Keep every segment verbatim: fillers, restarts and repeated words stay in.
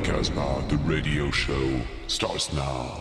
Casbah, the radio show starts now.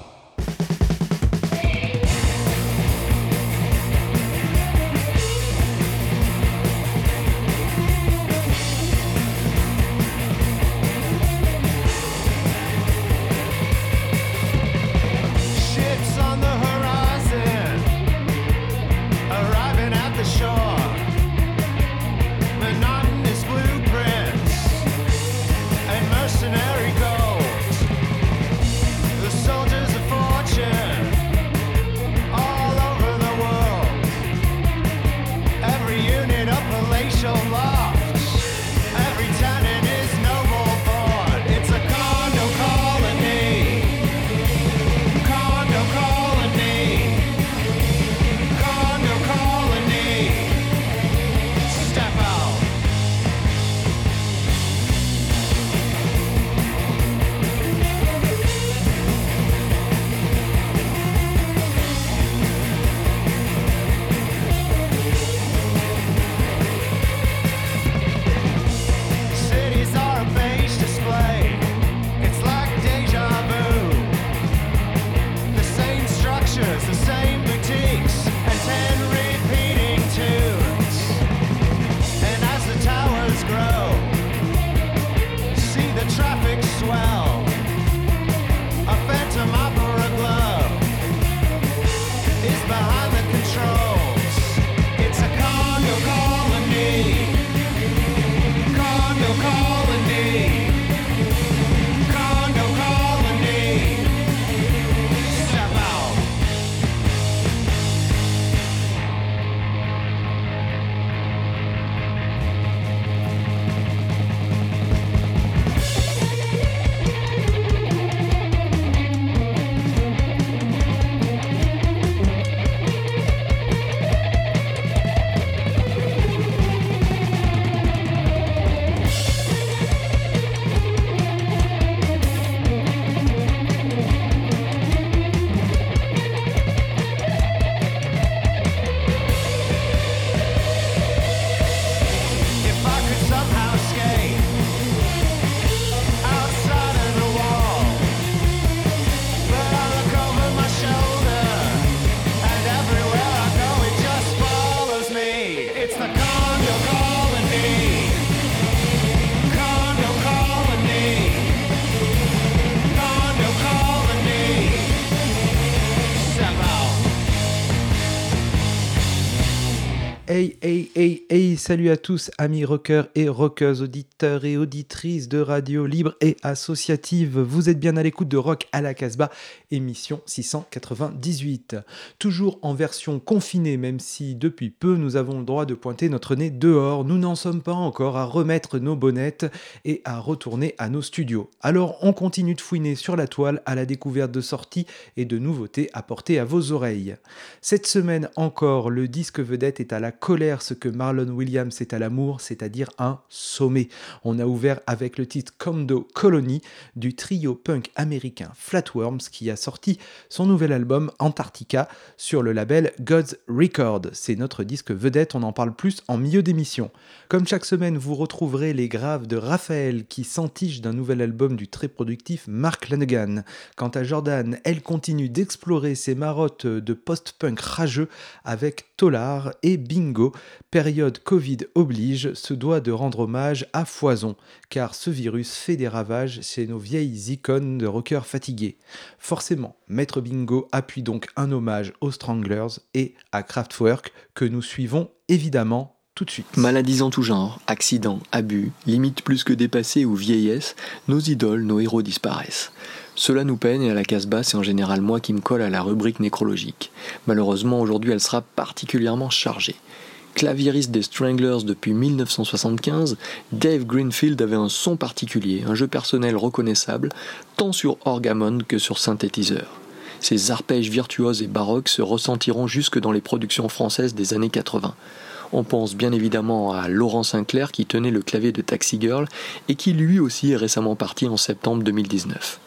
Hey, hey, hey, hey, salut à tous, amis rockers et rockeuses, auditeurs et auditrices de radio libre et associative. Vous êtes bien à l'écoute de Rock à la Casbah, émission six cent quatre-vingt-dix-huit. Toujours en version confinée, même si depuis peu nous avons le droit de pointer notre nez dehors. Nous n'en sommes pas encore à remettre nos bonnettes et à retourner à nos studios. Alors on continue de fouiner sur la toile à la découverte de sorties et de nouveautés apportées à vos oreilles. Cette semaine encore, le disque vedette est à la colère ce que Marlon Williams est à l'amour, c'est-à-dire un sommet. On a ouvert avec le titre Condo Colony du trio punk américain Flatworms qui a sorti son nouvel album Antarctica sur le label God's Record. C'est notre disque vedette, on en parle plus en milieu d'émission. Comme chaque semaine, vous retrouverez les graves de Raphaël qui s'entiche d'un nouvel album du très productif Mark Lanegan. Quant à Jordan, elle continue d'explorer ses marottes de post-punk rageux avec Tolar et Bingo. Période Covid oblige, se doit de rendre hommage à foison, car ce virus fait des ravages chez nos vieilles icônes de rockers fatigués. Forcément, Maître Bingo appuie donc un hommage aux Stranglers et à Kraftwerk que nous suivons évidemment tout de suite. Maladies en tout genre, accidents, abus, limites plus que dépassées ou vieillesse, nos idoles, nos héros disparaissent. Cela nous peine et à la Casbah, c'est en général moi qui me colle à la rubrique nécrologique. Malheureusement, aujourd'hui, elle sera particulièrement chargée. Claviériste des Stranglers depuis dix-neuf cent soixante-quinze, Dave Greenfield avait un son particulier, un jeu personnel reconnaissable, tant sur orgamon que sur synthétiseur. Ses arpèges virtuoses et baroques se ressentiront jusque dans les productions françaises des années quatre-vingts. On pense bien évidemment à Laurent Sinclair qui tenait le clavier de Taxi Girl et qui lui aussi est récemment parti en septembre deux mille dix-neuf.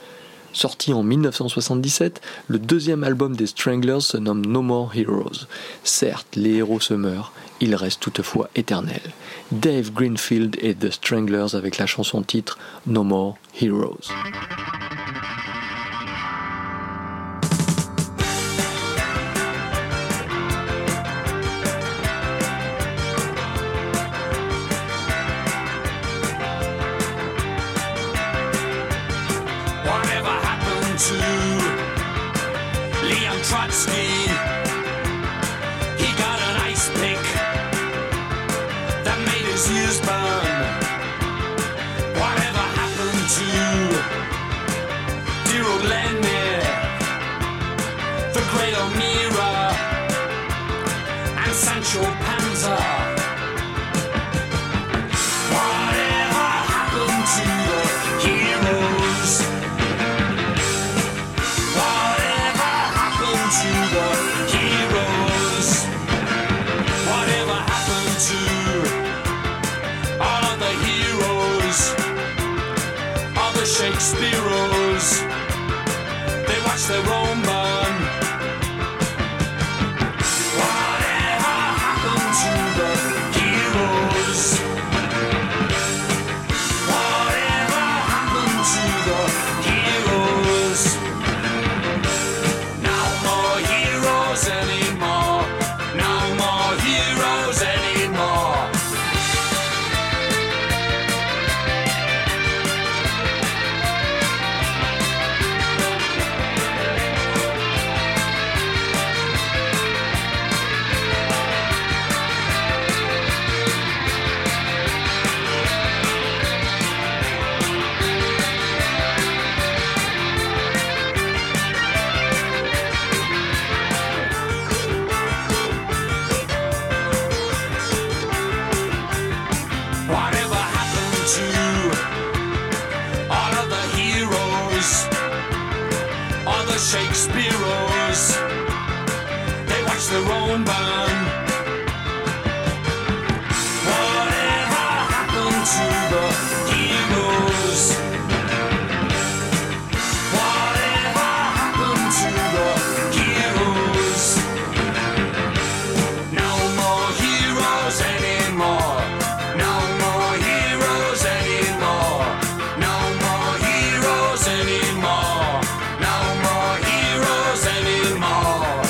Sorti en dix-neuf cent soixante-dix-sept, le deuxième album des Stranglers se nomme No More Heroes. Certes, les héros se meurent, ils restent toutefois éternels. Dave Greenfield et The Stranglers avec la chanson titre No More Heroes. Trotsky, he got an ice pick that made his ears burn. Whatever happened to dear old Lenny, the great O'Meara, and Sancho Panza? Whatever happened to the heroes? To the heroes, whatever happened to all of the heroes, all the Shakespeareos? They watch their own burn. Whatever happened to the heroes? Whatever happened to the heroes? Anymore, no more heroes anymore. Shakespeareos, they watch their own burn. Whatever happened to the heroes? Whatever happened to the heroes? No more heroes anymore. No more heroes anymore. No more heroes anymore. No more heroes anymore.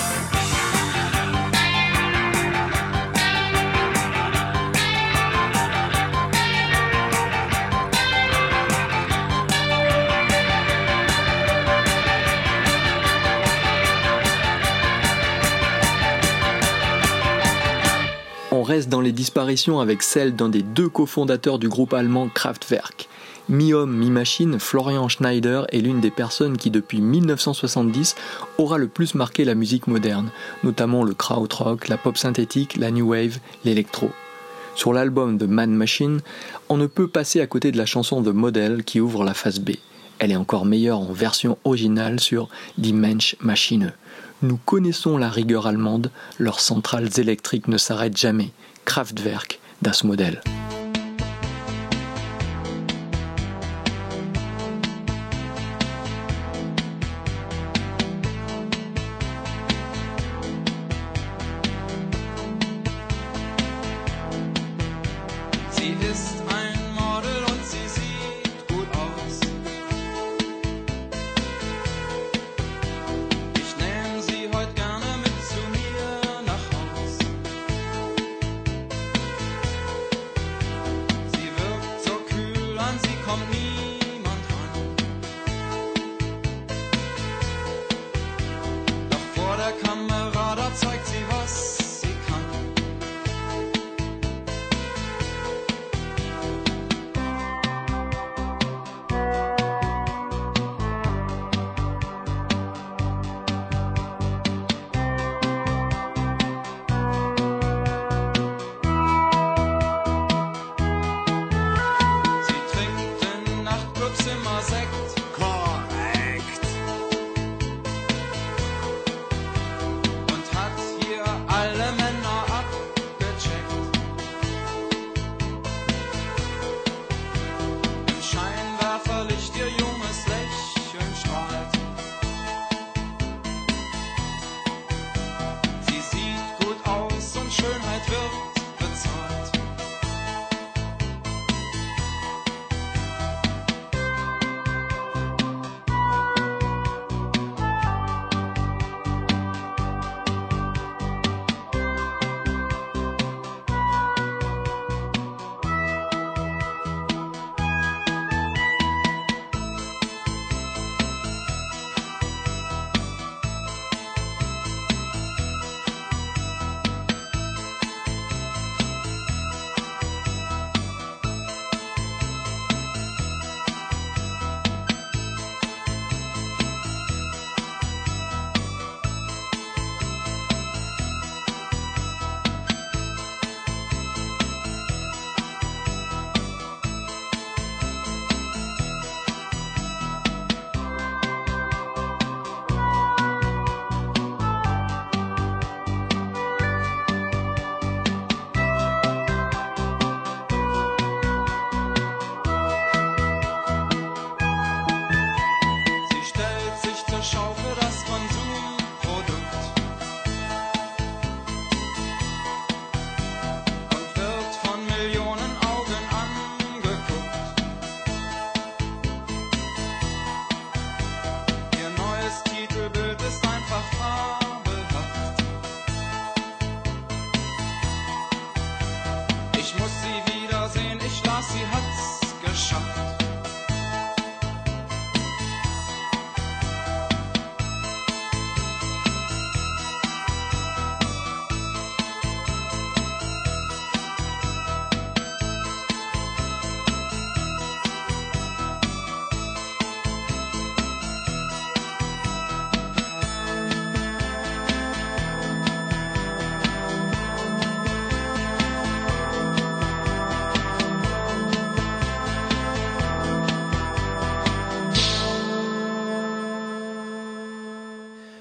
On reste dans les disparitions avec celle d'un des deux cofondateurs du groupe allemand Kraftwerk. Mi-homme, mi-machine, Florian Schneider est l'une des personnes qui depuis dix-neuf cent soixante-dix aura le plus marqué la musique moderne, notamment le krautrock, la pop synthétique, la new wave, l'électro. Sur l'album The Man Machine, on ne peut passer à côté de la chanson The Model qui ouvre la face B. Elle est encore meilleure en version originale sur Die Mensch Maschine. Nous connaissons la rigueur allemande, leurs centrales électriques ne s'arrêtent jamais. Kraftwerk, das Modell. Sie ist ein Model und sie sieht gut aus. Ich nehm sie heute gerne mit zu mir nach Haus. Sie wirkt so kühl, an sie kommt niemand ran. Doch vor der Kamera, da zeigt sie, was sie kann. Sie trinkt in Nachtclubs immer Sekt. Korrekt.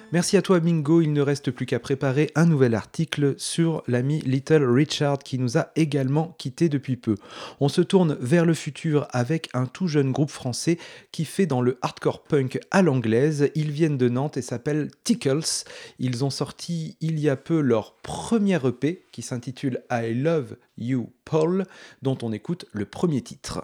Merci à toi Bingo, il ne reste plus qu'à préparer un nouvel article sur l'ami Little Richard qui nous a également quittés depuis peu. On se tourne vers le futur avec un tout jeune groupe français qui fait dans le hardcore punk à l'anglaise. Ils viennent de Nantes et s'appellent Tickles. Ils ont sorti il y a peu leur premier E P qui s'intitule I Love You Paul, dont on écoute le premier titre.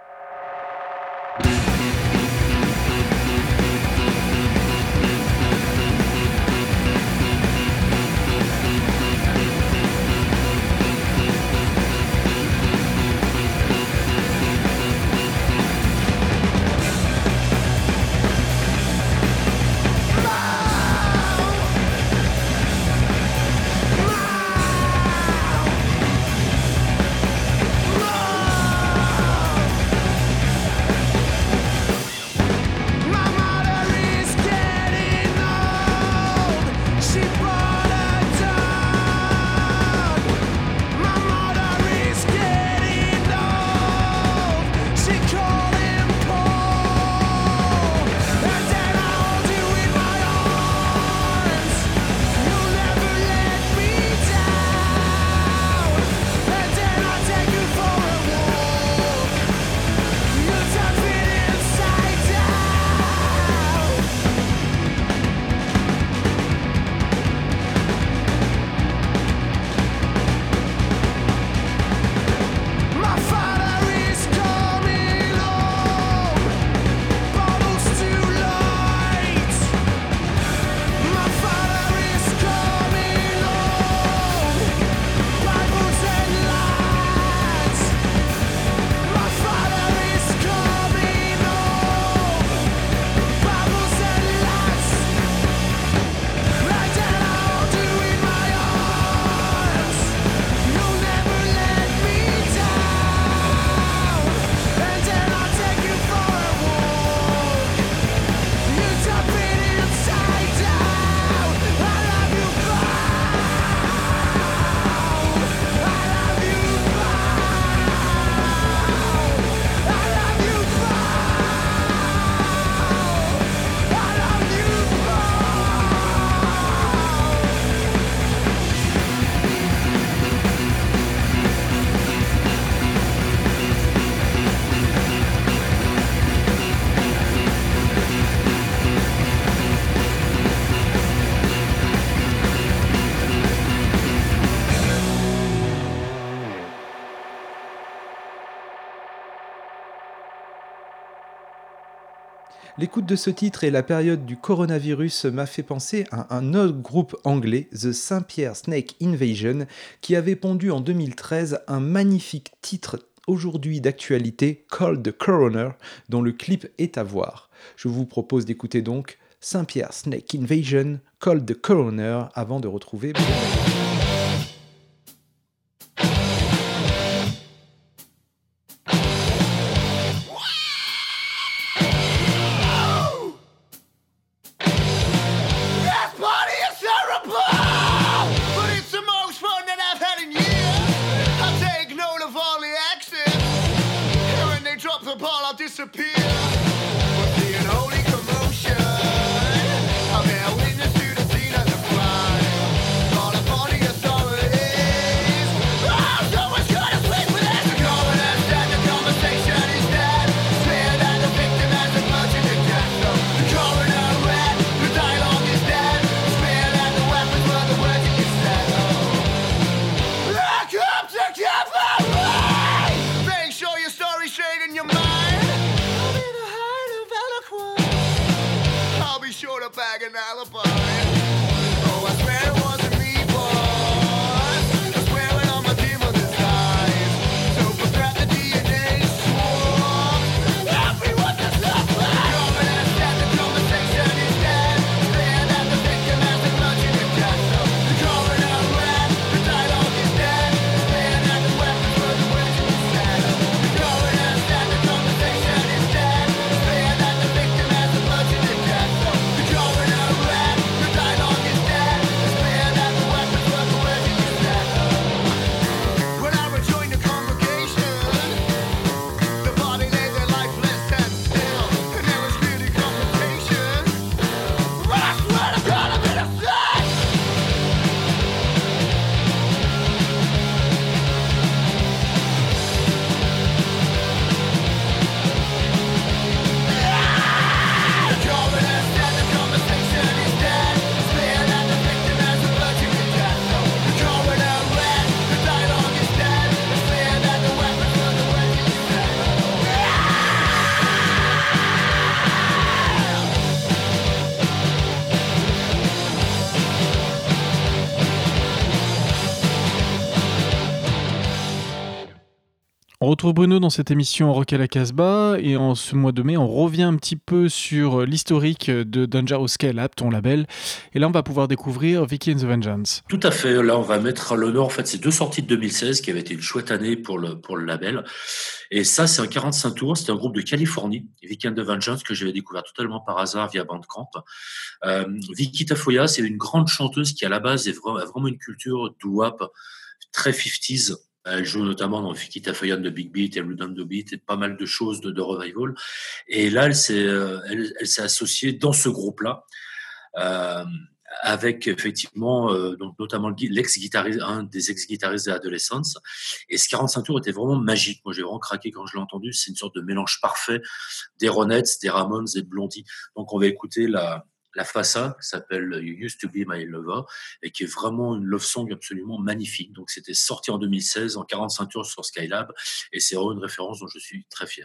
L'écoute de ce titre et la période du coronavirus m'a fait penser à un autre groupe anglais, The Saint-Pierre Snake Invasion, qui avait pondu en deux mille treize un magnifique titre aujourd'hui d'actualité, Called the Coroner, dont le clip est à voir. Je vous propose d'écouter donc Saint-Pierre Snake Invasion, Called the Coroner, avant de retrouver... Disappear. We're seeing holy commotion. I'm now witness to the scene of the crime. Call upon the authorities. Oh, someone's gonna sleep with us. The coroner said the conversation is dead. Clear that the victim has a merchant in death. So the coroner read, the dialogue is dead. Smear that the weapons were the words that you said. Oh, come together. Make sure your story's straight in your mind. Sure to bag an alibi. Oh, I swear it wasn't me, boys. I swear it on my demon disguise. So forget the D N A swab. Everyone just love me. Coming and said the conversation is dead. Clear that the victim has a grudge in the death. So the coroner read, the dialogue is dead. Clear that the weapons were the words that you said. The coroner said the conversation is dead. Clear that the victim has a grudge in the death. So the coroner read, the dialogue is dead. It's clear retrouve Bruno dans cette émission Rock à la Casbah et en ce mois de mai, on revient un petit peu sur l'historique de Dangerous Skylab, ton label. Et là, on va pouvoir découvrir Vicky and the Vengeance. Tout à fait. Là, on va mettre à l'honneur en fait ces deux sorties de deux mille seize qui avaient été une chouette année pour le pour le label. Et ça, c'est un quarante-cinq tours. C'était un groupe de Californie, Vicky and the Vengeance, que j'avais découvert totalement par hasard via Bandcamp. Euh, Vicky Tafoya, c'est une grande chanteuse qui à la base est vraiment, a vraiment une culture doo-wop très cinquantaise. Elle joue notamment dans Vicky Tafoya de Big Beat et Rhythm the Beat et pas mal de choses de, de revival. Et là, elle s'est, euh, elle, elle s'est associée dans ce groupe-là, euh, avec effectivement, euh, donc notamment l'ex-guitariste, un des ex-guitaristes de Adolescence. Et ce quarante-cinq tours était vraiment magique. Moi, j'ai vraiment craqué quand je l'ai entendu. C'est une sorte de mélange parfait des Ronettes, des Ramones et de Blondie. Donc, on va écouter la La Fassa, qui s'appelle You Used to Be My Lover, et qui est vraiment une love song absolument magnifique. Donc, c'était sorti en deux mille seize, en quarante-cinq tours sur Skylab, et c'est vraiment une référence dont je suis très fier.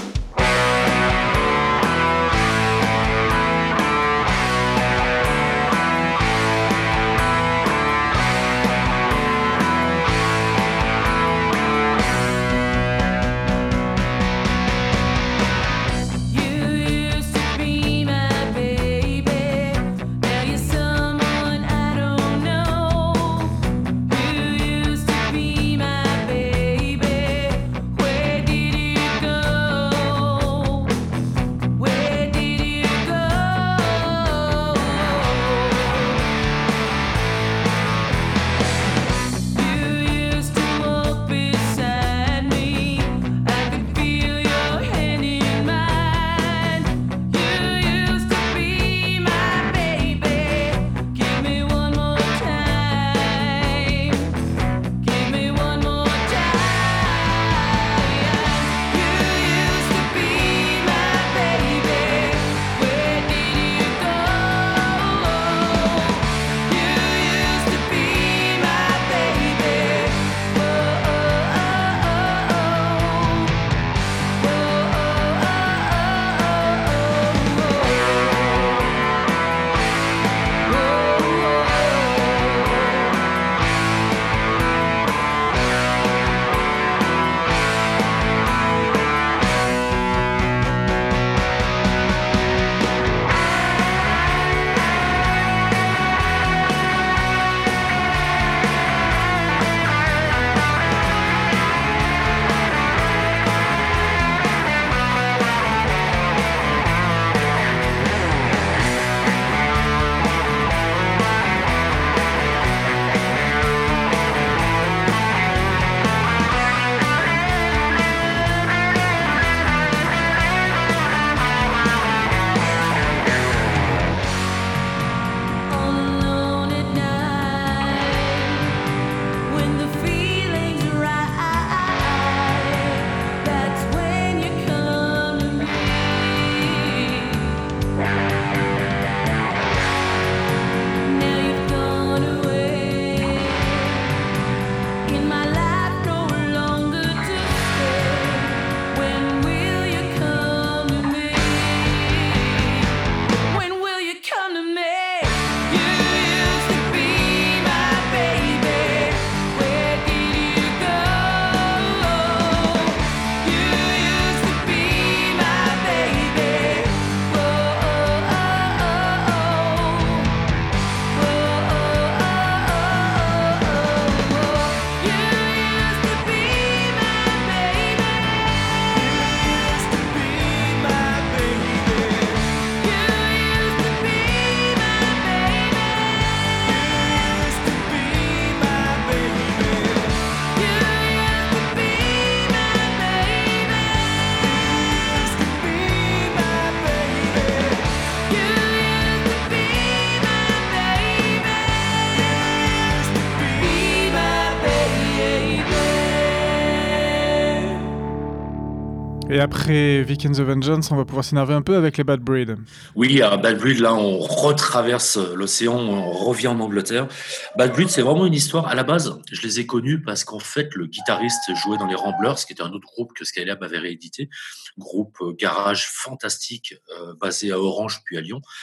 Et après Vicky and the Vengeance, on va pouvoir s'énerver un peu avec les Bad Breed. Oui, à Bad Breed, là, on retraverse l'océan, on revient en Angleterre. Bad Breed, c'est vraiment une histoire. À la base, je les ai connus parce qu'en fait, le guitariste jouait dans les Ramblers, qui était un autre groupe que Skylab avait réédité, groupe garage fantastique, euh, basé à Orange puis à Lyon.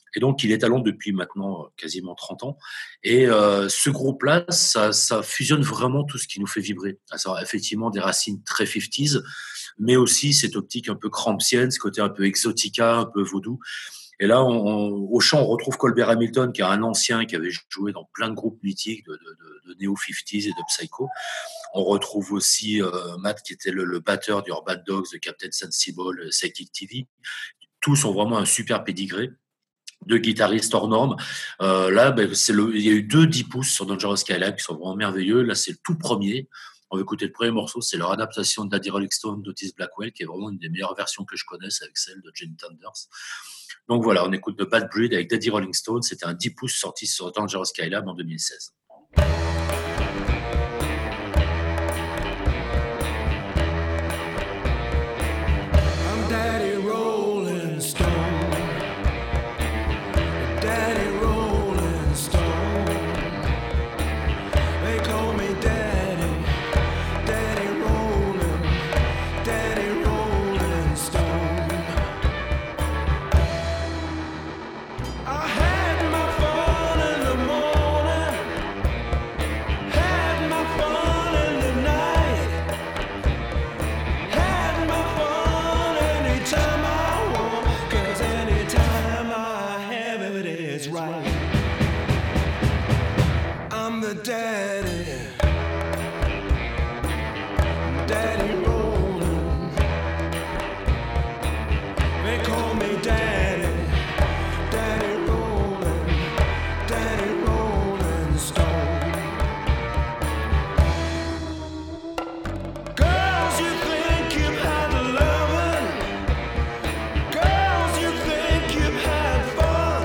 Et donc, il est à Londres depuis maintenant euh, quasiment trente ans. Et euh, ce groupe-là, ça, ça fusionne vraiment tout ce qui nous fait vibrer. À savoir, effectivement, des racines très cinquantaines, mais aussi cette optique un peu crampsienne, ce côté un peu exotica, un peu vaudou. Et là, on, on, au chant, on retrouve Colbert Hamilton, qui est un ancien, qui avait joué dans plein de groupes mythiques de, de, de, de néo-cinquantaines et de psycho. On retrouve aussi euh, Matt, qui était le, le batteur du Bad Dogs, de Captain Sensible, Psychic T V. Tous ont vraiment un super pédigré de guitaristes hors normes. Euh, là, ben, c'est le, il y a eu deux dix pouces sur Dangerous Skylab qui sont vraiment merveilleux. Là, c'est le tout premier. On va écouter le premier morceau, c'est leur adaptation de Daddy Rolling Stone d'Otis Blackwell, qui est vraiment une des meilleures versions que je connaisse avec celle de Jane Thunders. Donc voilà, on écoute The Bad Breed avec Daddy Rolling Stone. C'était un dix pouces sorti sur Dangerous Skylab en deux mille seize. I'm Daddy Rolling Stone. Daddy Rolling Stone. They call me Daddy. Daddy Rolling. Daddy Rolling Stone. I had my fun in the morning. Had my fun in the night. Had my fun anytime I want. 'Cause anytime I have it, it's right. I'm the daddy. Daddy rolling. They call me daddy. Daddy rolling. Daddy rolling stone. Girls, you think you've had loving. Girls, you think you've had fun.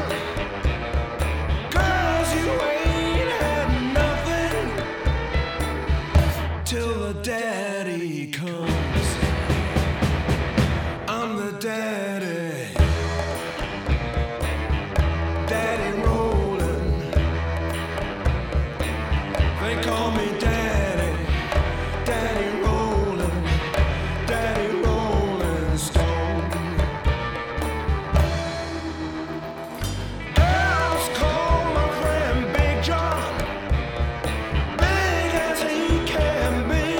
Girls, you ain't had nothing till the daddy comes. I'm the daddy. Daddy rolling. They call me daddy. Daddy rolling. Daddy rolling stone. Girls call my friend Big John. Big as he can be.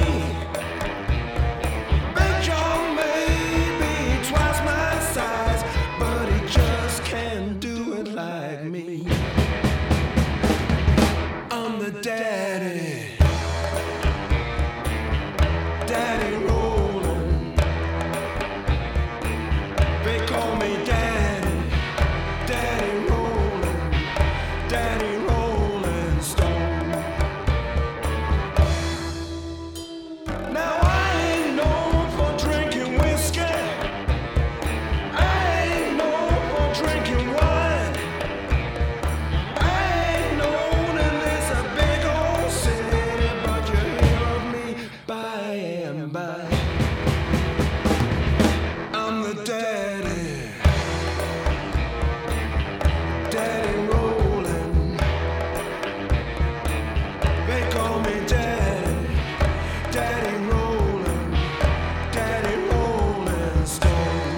Big John may be twice my size, but he just can't do it like me. I'm the daddy. Daddy rolling. They call me daddy. Daddy rolling. Daddy rolling stone. Now I ain't known for drinking whiskey. I ain't known for drinking wine. I ain't known in this a big old city, but you hear of me by and by. I'm the daddy. Daddy rolling. They call me daddy. Daddy rolling. Daddy rolling stone.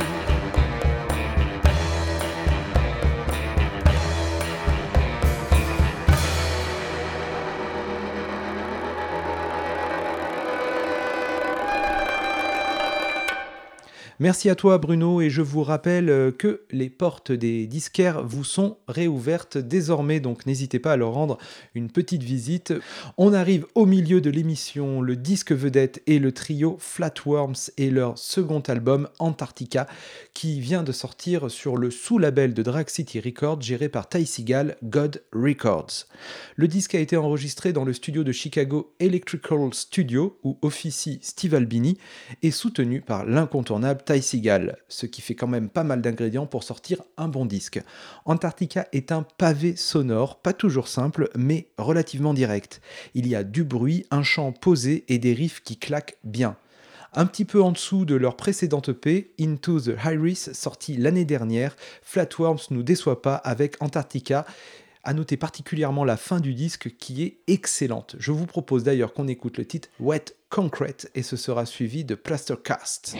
Merci à toi Bruno et je vous rappelle euh, que les portes des disquaires vous sont réouvertes désormais, donc n'hésitez pas à leur rendre une petite visite. On arrive au milieu de l'émission, le disque vedette est le trio Flatworms et leur second album Antarctica qui vient de sortir sur le sous-label de Drag City Records géré par Ty Segall, God Records. Le disque a été enregistré dans le studio de Chicago Electrical Studio où officie Steve Albini et soutenu par l'incontournable Ty Segall, ce qui fait quand même pas mal d'ingrédients pour sortir un bon disque. Antarctica est un pavé sonore, pas toujours simple, mais relativement direct. Il y a du bruit, un chant posé et des riffs qui claquent bien. Un petit peu en dessous de leur précédente E P, Into the Iris, sorti l'année dernière, Flatworms nous déçoit pas avec Antarctica. À noter particulièrement la fin du disque qui est excellente. Je vous propose d'ailleurs qu'on écoute le titre Wet Concrete et ce sera suivi de Plaster Cast.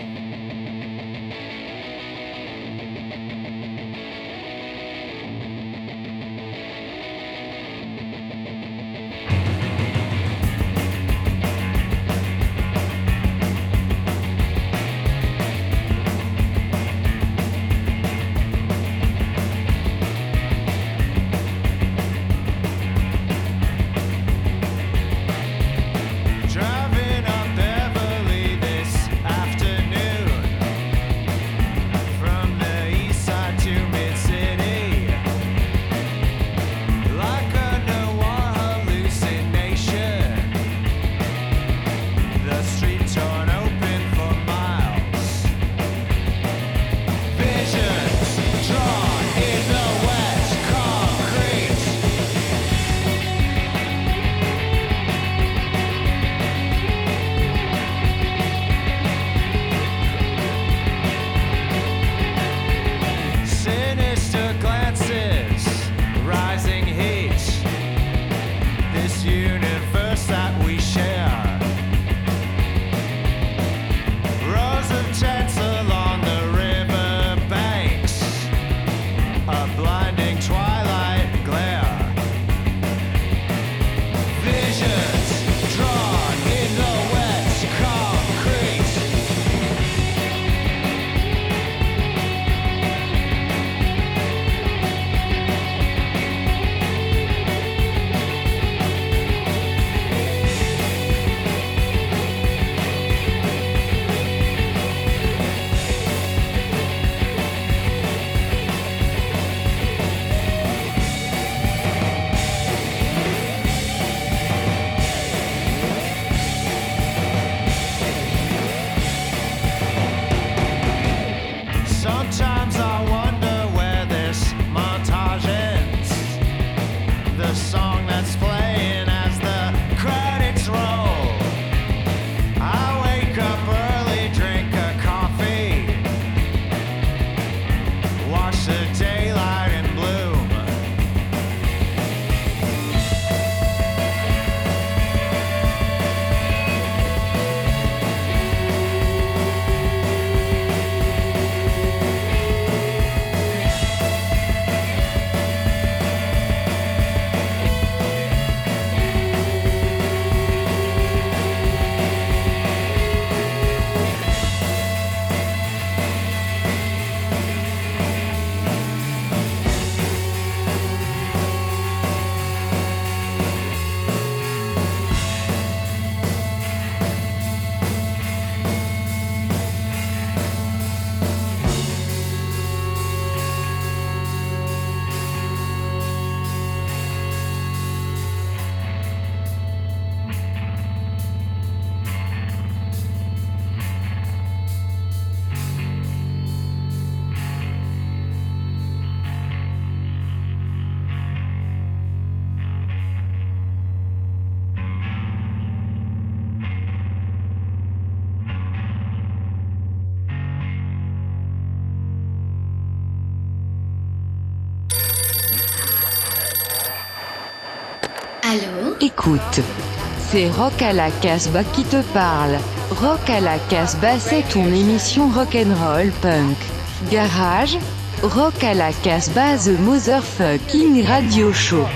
Allô? Écoute, c'est Rock à la Casbah qui te parle. Rock à la Casbah, c'est ton émission rock'n'roll punk. Garage, Rock à la Casbah, the motherfucking radio show.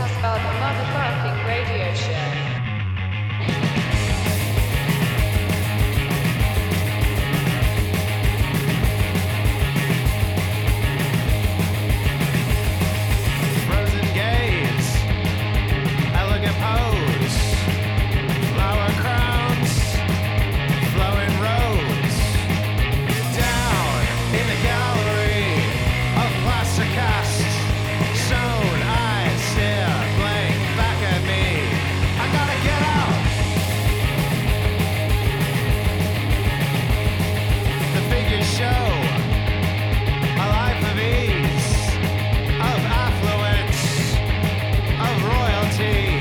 Frozen gaze, elegant pose, flower crowns, flowing rose. Down in the gallery of plaster cast, stone eyes stare blank back at me. I gotta get out. The figures show a life of ease, of affluence, of royalty.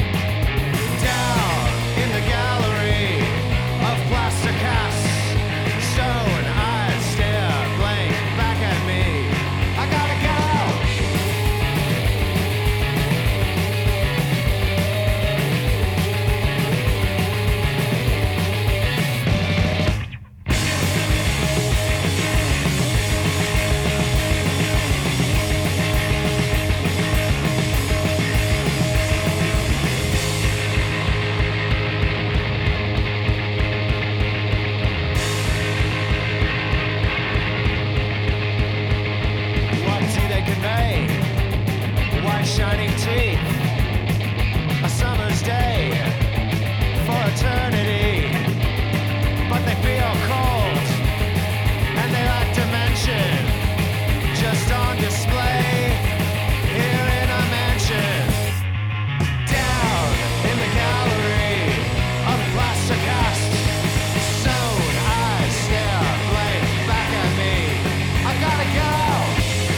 Down in the gallery of plaster casts, stone eyes stare blank back at me. I gotta get out. What do they convey? White shining teeth, a summer's day for eternity. But they feel cold and they lack dimension, just on display here in a mansion. Down in the gallery of plaster casts, stone eyes stare blank back at me. I gotta get out.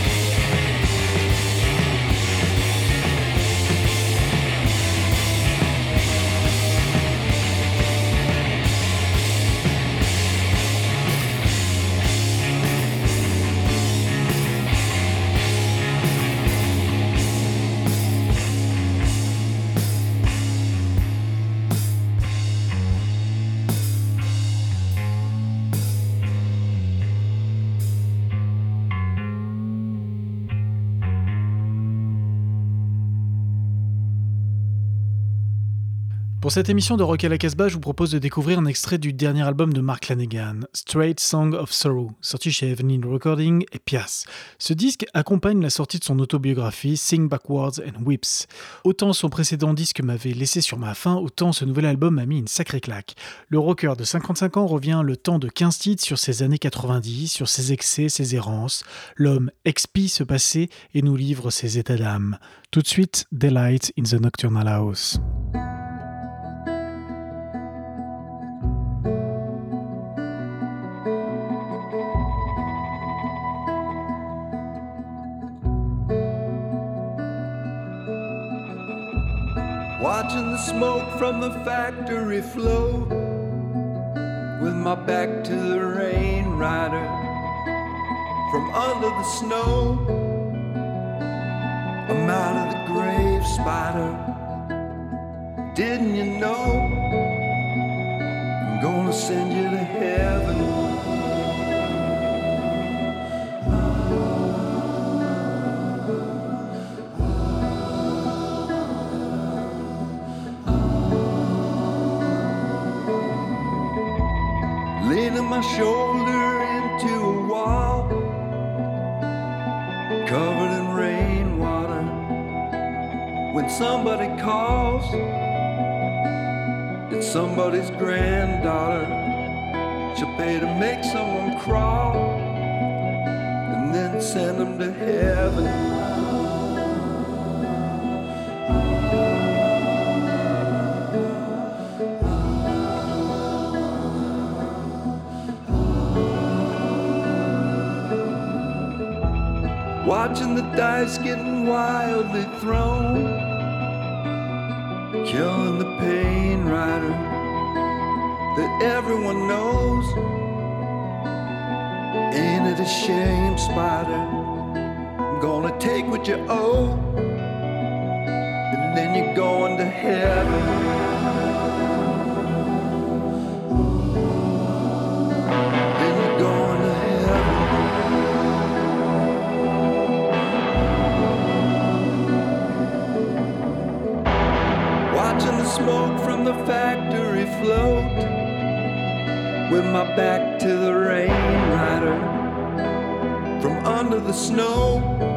Pour cette émission de Rock à la Casbah, je vous propose de découvrir un extrait du dernier album de Mark Lanegan, Straight Song of Sorrow, sorti chez Evening Recording et Pias. Ce disque accompagne la sortie de son autobiographie Sing Backwards and Whips. Autant son précédent disque m'avait laissé sur ma faim, autant ce nouvel album m'a mis une sacrée claque. Le rocker de cinquante-cinq ans revient le temps de quinze titres sur ses années quatre-vingt-dix, sur ses excès, ses errances. L'homme expie ce passé et nous livre ses états d'âme. Tout de suite, Delight in the Nocturnal House. Watching the smoke from the factory flow, with my back to the rain rider from under the snow. I'm out of the grave, spider. Didn't you know I'm gonna send you to heaven? Leaning my shoulder into a wall, covered in rainwater. When somebody calls, it's somebody's granddaughter. She'll pay to make someone crawl, and then send them to heaven. Watching the dice getting wildly thrown, killing the pain rider that everyone knows. Ain't it a shame, spider? I'm gonna take what you owe and then you're going to heaven. Then you're going to heaven. Watching the smoke from the factory float, with my back to the rain rider, from under the snow,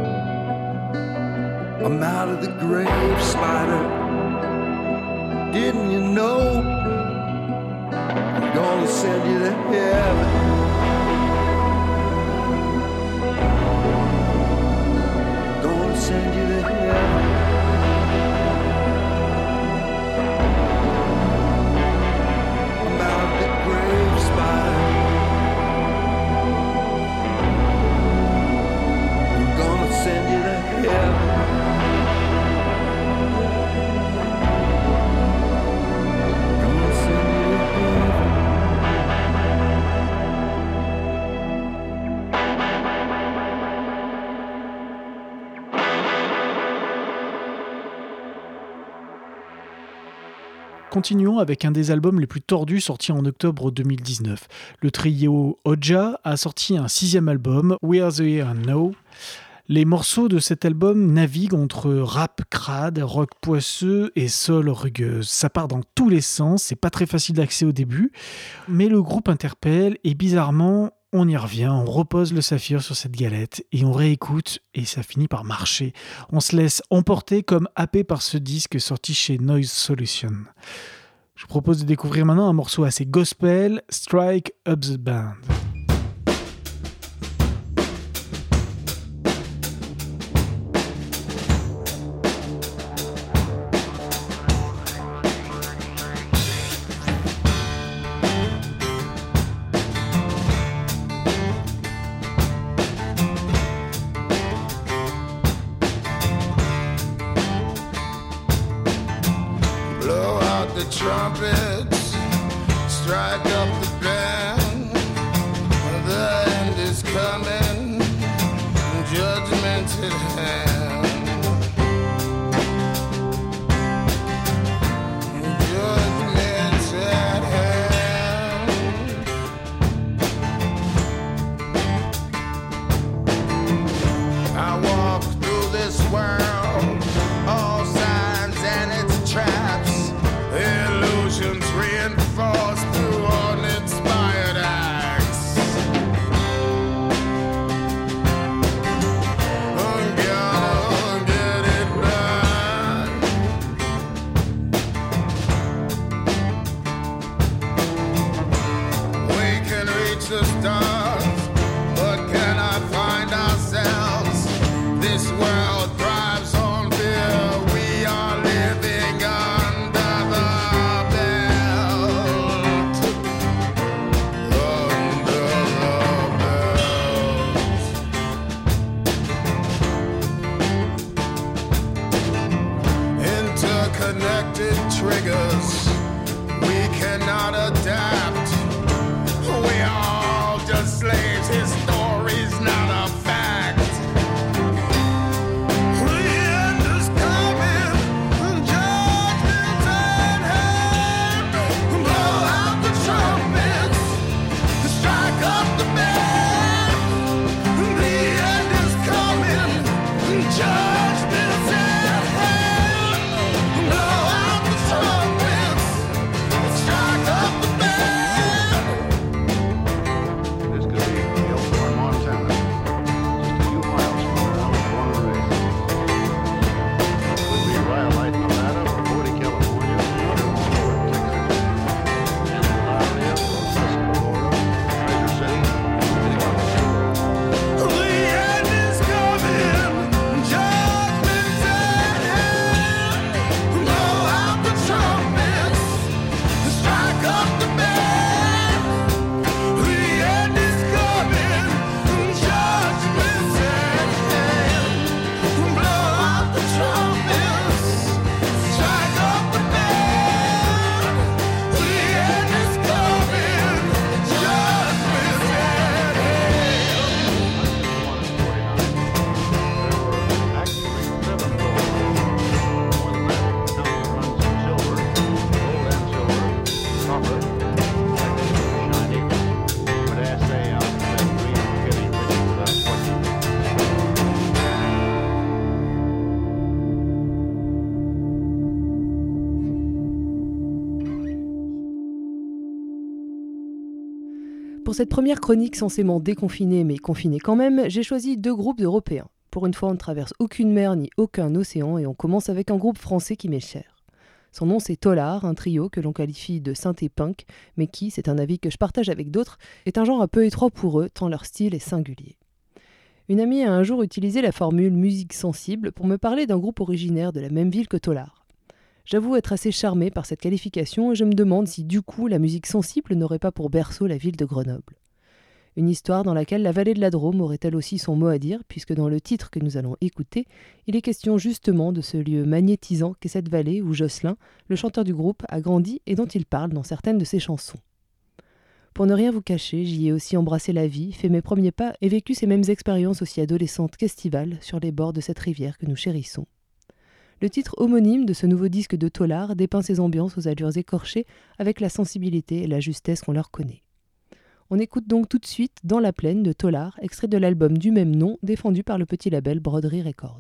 I'm out of the grave, spider. Didn't you know I'm gonna send you to heaven? Gonna send you to heaven. I'm out of the grave, spider. I'm gonna send you to heaven. Continuons avec un des albums les plus tordus sortis en octobre deux mille dix-neuf. Le trio Ojja a sorti un sixième album, We Are The Here Now. Les morceaux de cet album naviguent entre rap crade, rock poisseux et soul rugueuse. Ça part dans tous les sens, c'est pas très facile d'accès au début, mais le groupe interpelle et bizarrement, on y revient, on repose le saphir sur cette galette et on réécoute et ça finit par marcher. On se laisse emporter comme happé par ce disque sorti chez Noise Solution. Je vous propose de découvrir maintenant un morceau assez gospel, Strike Up the Band. Trumpets, strike up the band. The end is coming, judgment at hand. Judgment at hand. I walk through this world, all signs and its traps. Illusions reinforced through uninspired acts. I'm gonna get it done. We can reach the stars, but cannot find ourselves. This world thrives on fear. We are living under connected triggers, we cannot adapt. We are all just slaves, his story's not a fact. The end is coming, judgment's at hand. Blow out the trumpets, strike up the band. The end is coming, judgment's at hand. Blow out the trumpets, strike up the band. Pour cette première chronique censément déconfinée mais confinée quand même, j'ai choisi deux groupes d'Européens. Pour une fois, on ne traverse aucune mer ni aucun océan et on commence avec un groupe français qui m'est cher. Son nom c'est Tolar, un trio que l'on qualifie de synthé punk, mais qui, c'est un avis que je partage avec d'autres, est un genre un peu étroit pour eux, tant leur style est singulier. Une amie a un jour utilisé la formule musique sensible pour me parler d'un groupe originaire de la même ville que Tolar. J'avoue être assez charmée par cette qualification et je me demande si du coup la musique sensible n'aurait pas pour berceau la ville de Grenoble. Une histoire dans laquelle la vallée de la Drôme aurait-elle aussi son mot à dire, puisque dans le titre que nous allons écouter, il est question justement de ce lieu magnétisant qu'est cette vallée où Jocelyn, le chanteur du groupe, a grandi et dont il parle dans certaines de ses chansons. Pour ne rien vous cacher, j'y ai aussi embrassé la vie, fait mes premiers pas et vécu ces mêmes expériences aussi adolescentes qu'estivales sur les bords de cette rivière que nous chérissons. Le titre homonyme de ce nouveau disque de Tolar dépeint ces ambiances aux allures écorchées avec la sensibilité et la justesse qu'on leur connaît. On écoute donc tout de suite Dans la plaine de Tolar, extrait de l'album du même nom, défendu par le petit label Broderie Records.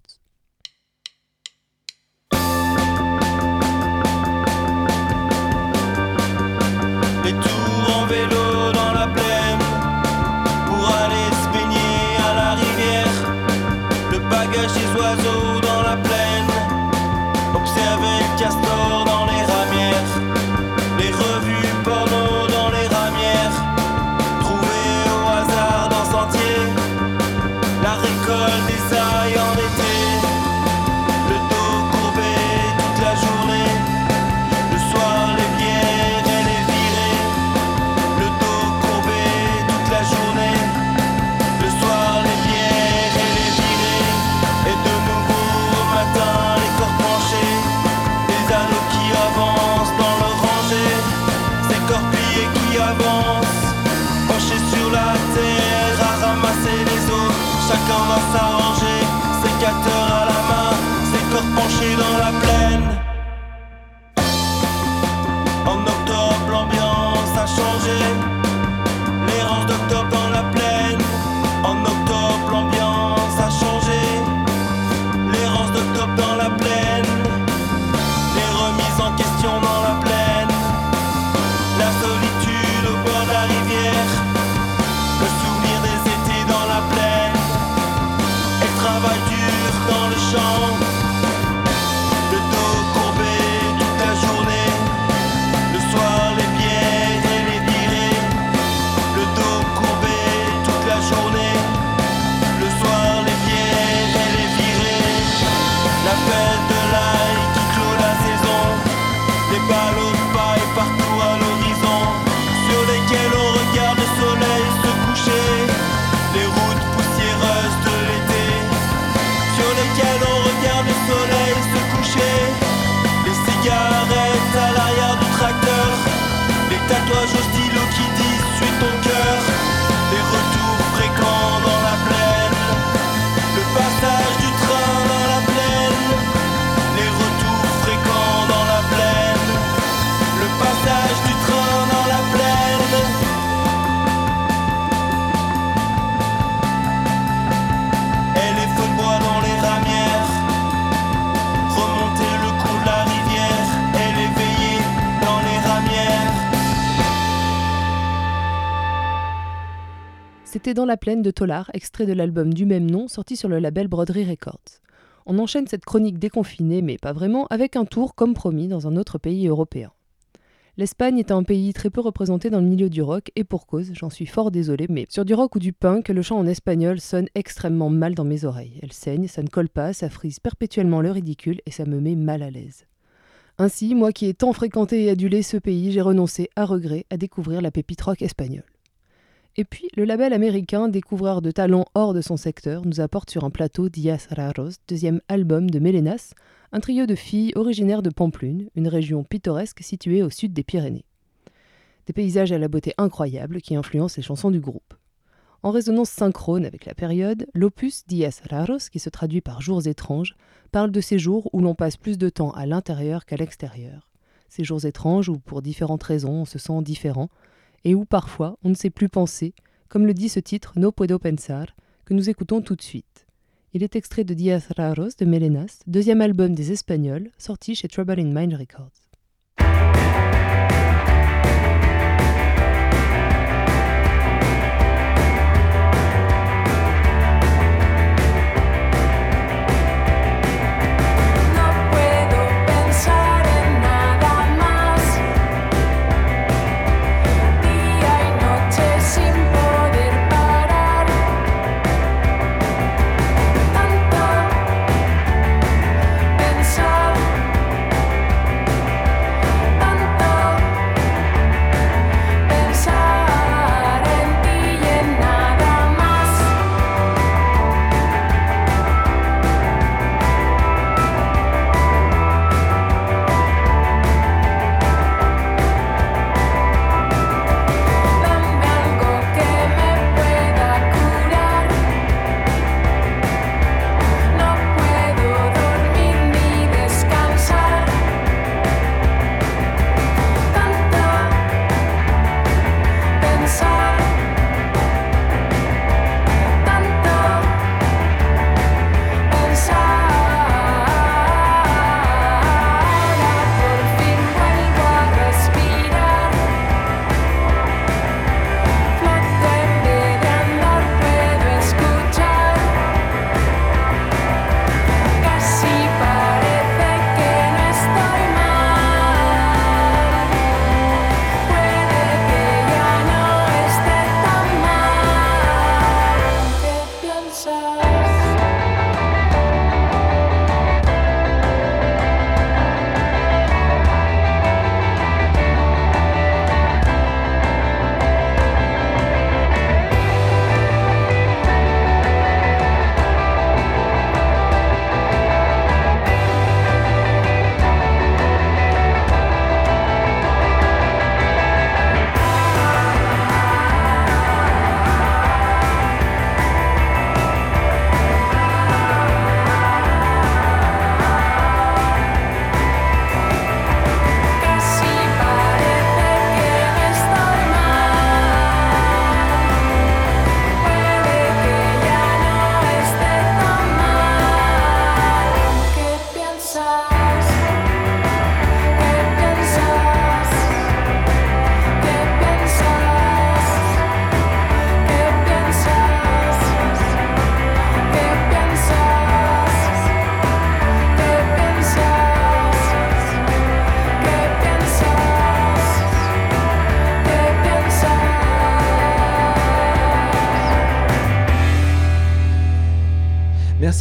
Les tours en vélo dans la plaine, pour aller se baigner à la rivière. Le bagage des oiseaux dans la plaine, observer le castor dans les ramières. Les revues porno dans les ramières. Au hasard d'un sentier, la récolte des ailles en été, le dos courbé toute la journée, le soir les bières et les virées, le dos courbé toute la journée, le soir les bières et les virées, et de nouveau au matin les corps penchés, des anneaux qui avancent dans le rangée, ces corps pliés qui avancent. Penché sur la terre, à ramasser les eaux, chacun va s'arranger, sécateur à la main, ses corps penchés dans la plaine. En octobre, l'ambiance a changé, l'errance d'octobre dans la plaine. En octobre, l'ambiance a changé, l'errance d'octobre dans la plaine. Les remises en question dans la plaine, la solitude au bord de la rivière. Le souvenir des étés dans la plaine, et le travail dur dans le champ. Le dos courbé toute la journée, le soir les bières et les virées. Le dos courbé toute la journée, le soir les bières et les virées. La fête de l'ail qui clôt la saison, les ballots de paille partout à l'horizon, sur lesquels on regarde le soleil se coucher, les routes poussiéreuses de l'été, sur lesquelles on regarde le soleil se coucher, les cigarettes à l'arrière du tracteur, les tatouages au stylo qui disent suis ton cœur, les retours fréquents dans la plaine, le passage du train dans la plaine, les retours fréquents dans la plaine, le passage du train dans la plaine. Et les feux de bois dans les ramières, remonter le cours de la rivière, et les veiller dans les ramières. C'était Dans la plaine de Tolar, extrait de l'album du même nom, sorti sur le label Broderie Records. On enchaîne cette chronique déconfinée, mais pas vraiment, avec un tour, comme promis, dans un autre pays européen. L'Espagne est un pays très peu représenté dans le milieu du rock, et pour cause, j'en suis fort désolée, mais sur du rock ou du punk, le chant en espagnol sonne extrêmement mal dans mes oreilles. Elle saigne, ça ne colle pas, ça frise perpétuellement le ridicule, et ça me met mal à l'aise. Ainsi, moi qui ai tant fréquenté et adulé ce pays, j'ai renoncé à regret à découvrir la pépite rock espagnole. Et puis, le label américain, découvreur de talents hors de son secteur, nous apporte sur un plateau Días Raros, deuxième album de Melenas, un trio de filles originaires de Pampelune, une région pittoresque située au sud des Pyrénées. Des paysages à la beauté incroyable qui influencent les chansons du groupe. En résonance synchrone avec la période, l'opus Días Raros, qui se traduit par Jours étranges, parle de ces jours où l'on passe plus de temps à l'intérieur qu'à l'extérieur. Ces jours étranges où, pour différentes raisons, on se sent différent, et où parfois on ne sait plus penser, comme le dit ce titre No Puedo Pensar, que nous écoutons tout de suite. Il est extrait de Días Raros de Melenas, deuxième album des Espagnols, sorti chez Trouble in Mind Records.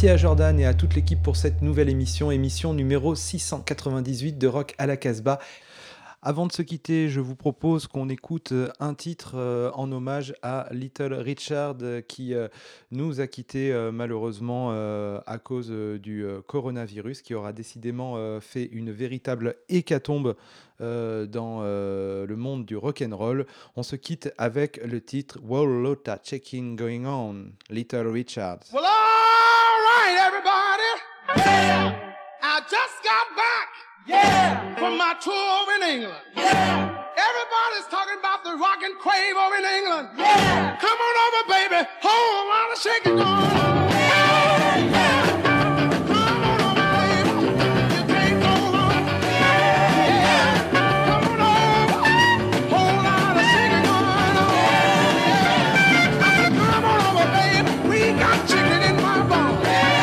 Merci à Jordan et à toute l'équipe pour cette nouvelle émission, émission numéro six cent quatre-vingt-dix-huit de Rock à la Casbah. Avant de se quitter, je vous propose qu'on écoute un titre euh, en hommage à Little Richard euh, qui euh, nous a quittés euh, malheureusement euh, à cause euh, du euh, coronavirus qui aura décidément euh, fait une véritable hécatombe euh, dans euh, le monde du rock'n'roll. On se quitte avec le titre Whole Lotta Checking Going On, Little Richard. Well, all right, everybody. Yeah. I just got back. Yeah. From my tour over in England. Yeah. Everybody's talking about the rock and crave over in England. Yeah. Come on over, baby. Whole lot of shaking going on. Yeah. Yeah. Come on over, baby. You can't go wrong. Yeah. Come on over. Whole lot of shaking going on. Yeah. I said, come on over, baby. We got chicken in my bones.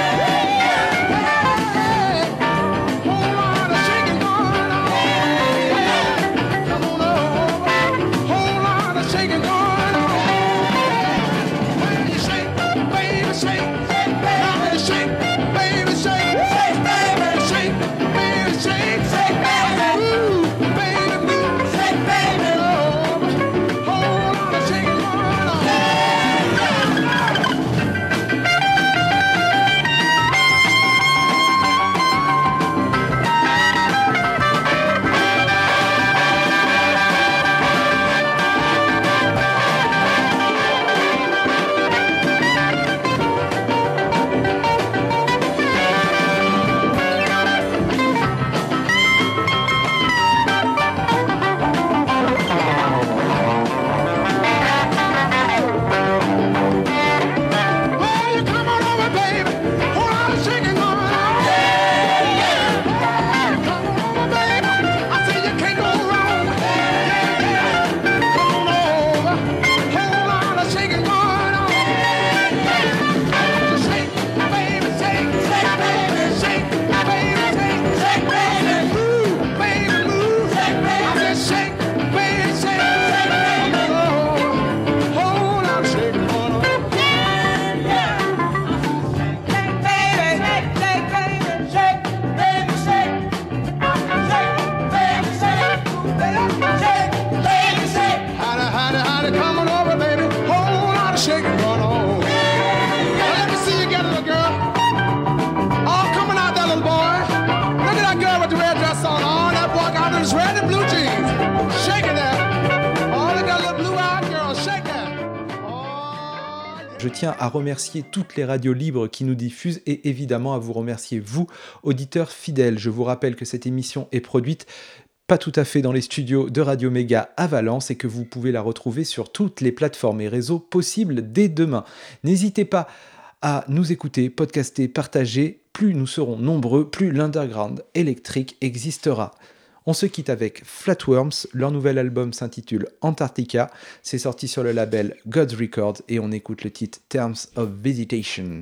Je tiens à remercier toutes les radios libres qui nous diffusent et évidemment à vous remercier, vous, auditeurs fidèles. Je vous rappelle que cette émission est produite pas tout à fait dans les studios de Radio Méga à Valence et que vous pouvez la retrouver sur toutes les plateformes et réseaux possibles dès demain. N'hésitez pas à nous écouter, podcaster, partager. Plus nous serons nombreux, plus l'underground électrique existera. On se quitte avec Flatworms, leur nouvel album s'intitule Antarctica, c'est sorti sur le label God's Records et on écoute le titre Terms of Visitation.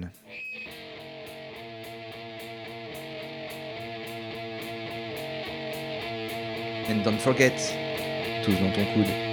And don't forget, tous dans ton coude.